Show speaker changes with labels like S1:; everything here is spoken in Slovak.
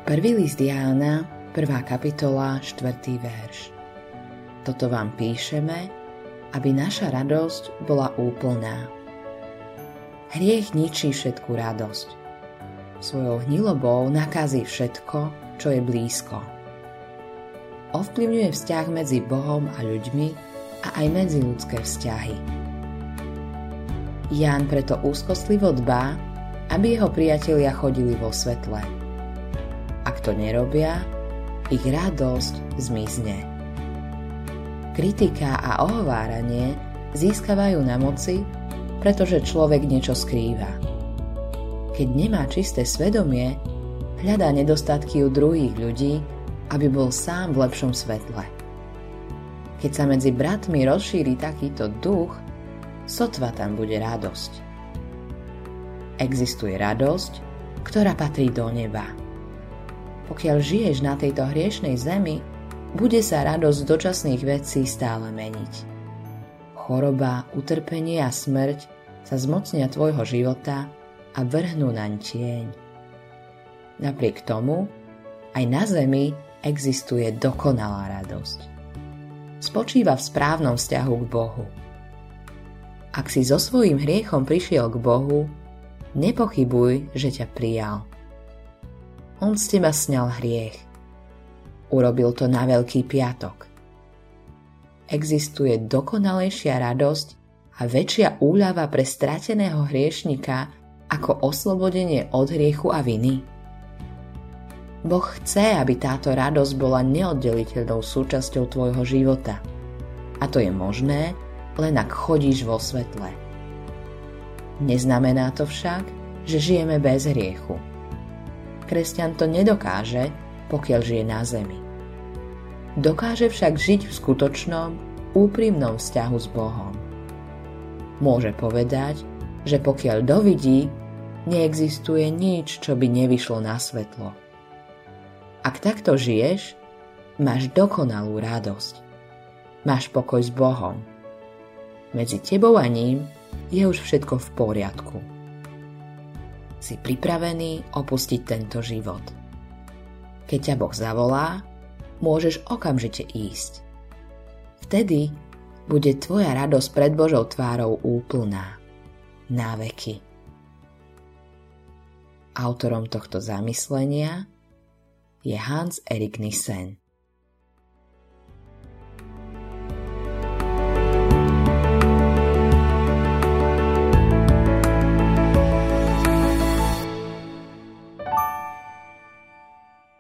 S1: Prvý list Jána, 1. kapitola, 4. verš. Toto vám píšeme, aby naša radosť bola úplná. Hriech ničí všetku radosť. Svojou hnilobou nakazí všetko, čo je blízko. Ovplyvňuje vzťah medzi Bohom a ľuďmi a aj medziľudské vzťahy. Ján preto úzkostlivo dbá, aby jeho priatelia chodili vo svetle. Ak to nerobia, ich radosť zmizne. Kritika a ohováranie získavajú na moci, pretože človek niečo skrýva. Keď nemá čisté svedomie, hľadá nedostatky u druhých ľudí, aby bol sám v lepšom svetle. Keď sa medzi bratmi rozšíri takýto duch, sotva tam bude radosť. Existuje radosť, ktorá patrí do neba. Pokiaľ žiješ na tejto hriešnej zemi, bude sa radosť dočasných vecí stále meniť. Choroba, utrpenie a smrť sa zmocnia tvojho života a vrhnú naň tieň. Napriek tomu, aj na zemi existuje dokonalá radosť. Spočíva v správnom vzťahu k Bohu. Ak si so svojím hriechom prišiel k Bohu, nepochybuj, že ťa prijal. On z teba sňal hriech. Urobil to na Veľký piatok. Existuje dokonalejšia radosť a väčšia úľava pre strateného hriešnika ako oslobodenie od hriechu a viny. Boh chce, aby táto radosť bola neoddeliteľnou súčasťou tvojho života. A to je možné, len ak chodíš vo svetle. Neznamená to však, že žijeme bez hriechu. Kresťan to nedokáže, pokiaľ žije na zemi. Dokáže však žiť v skutočnom, úprimnom vzťahu s Bohom. Môže povedať, že pokiaľ dovidí, neexistuje nič, čo by nevyšlo na svetlo. Ak takto žiješ, máš dokonalú radosť. Máš pokoj s Bohom. Medzi tebou a ním je už všetko v poriadku. Si pripravený opustiť tento život. Keď ťa Boh zavolá, môžeš okamžite ísť. Vtedy bude tvoja radosť pred Božou tvárou úplná. Na veky. Autorom tohto zamyslenia je Hans Erik Nissen.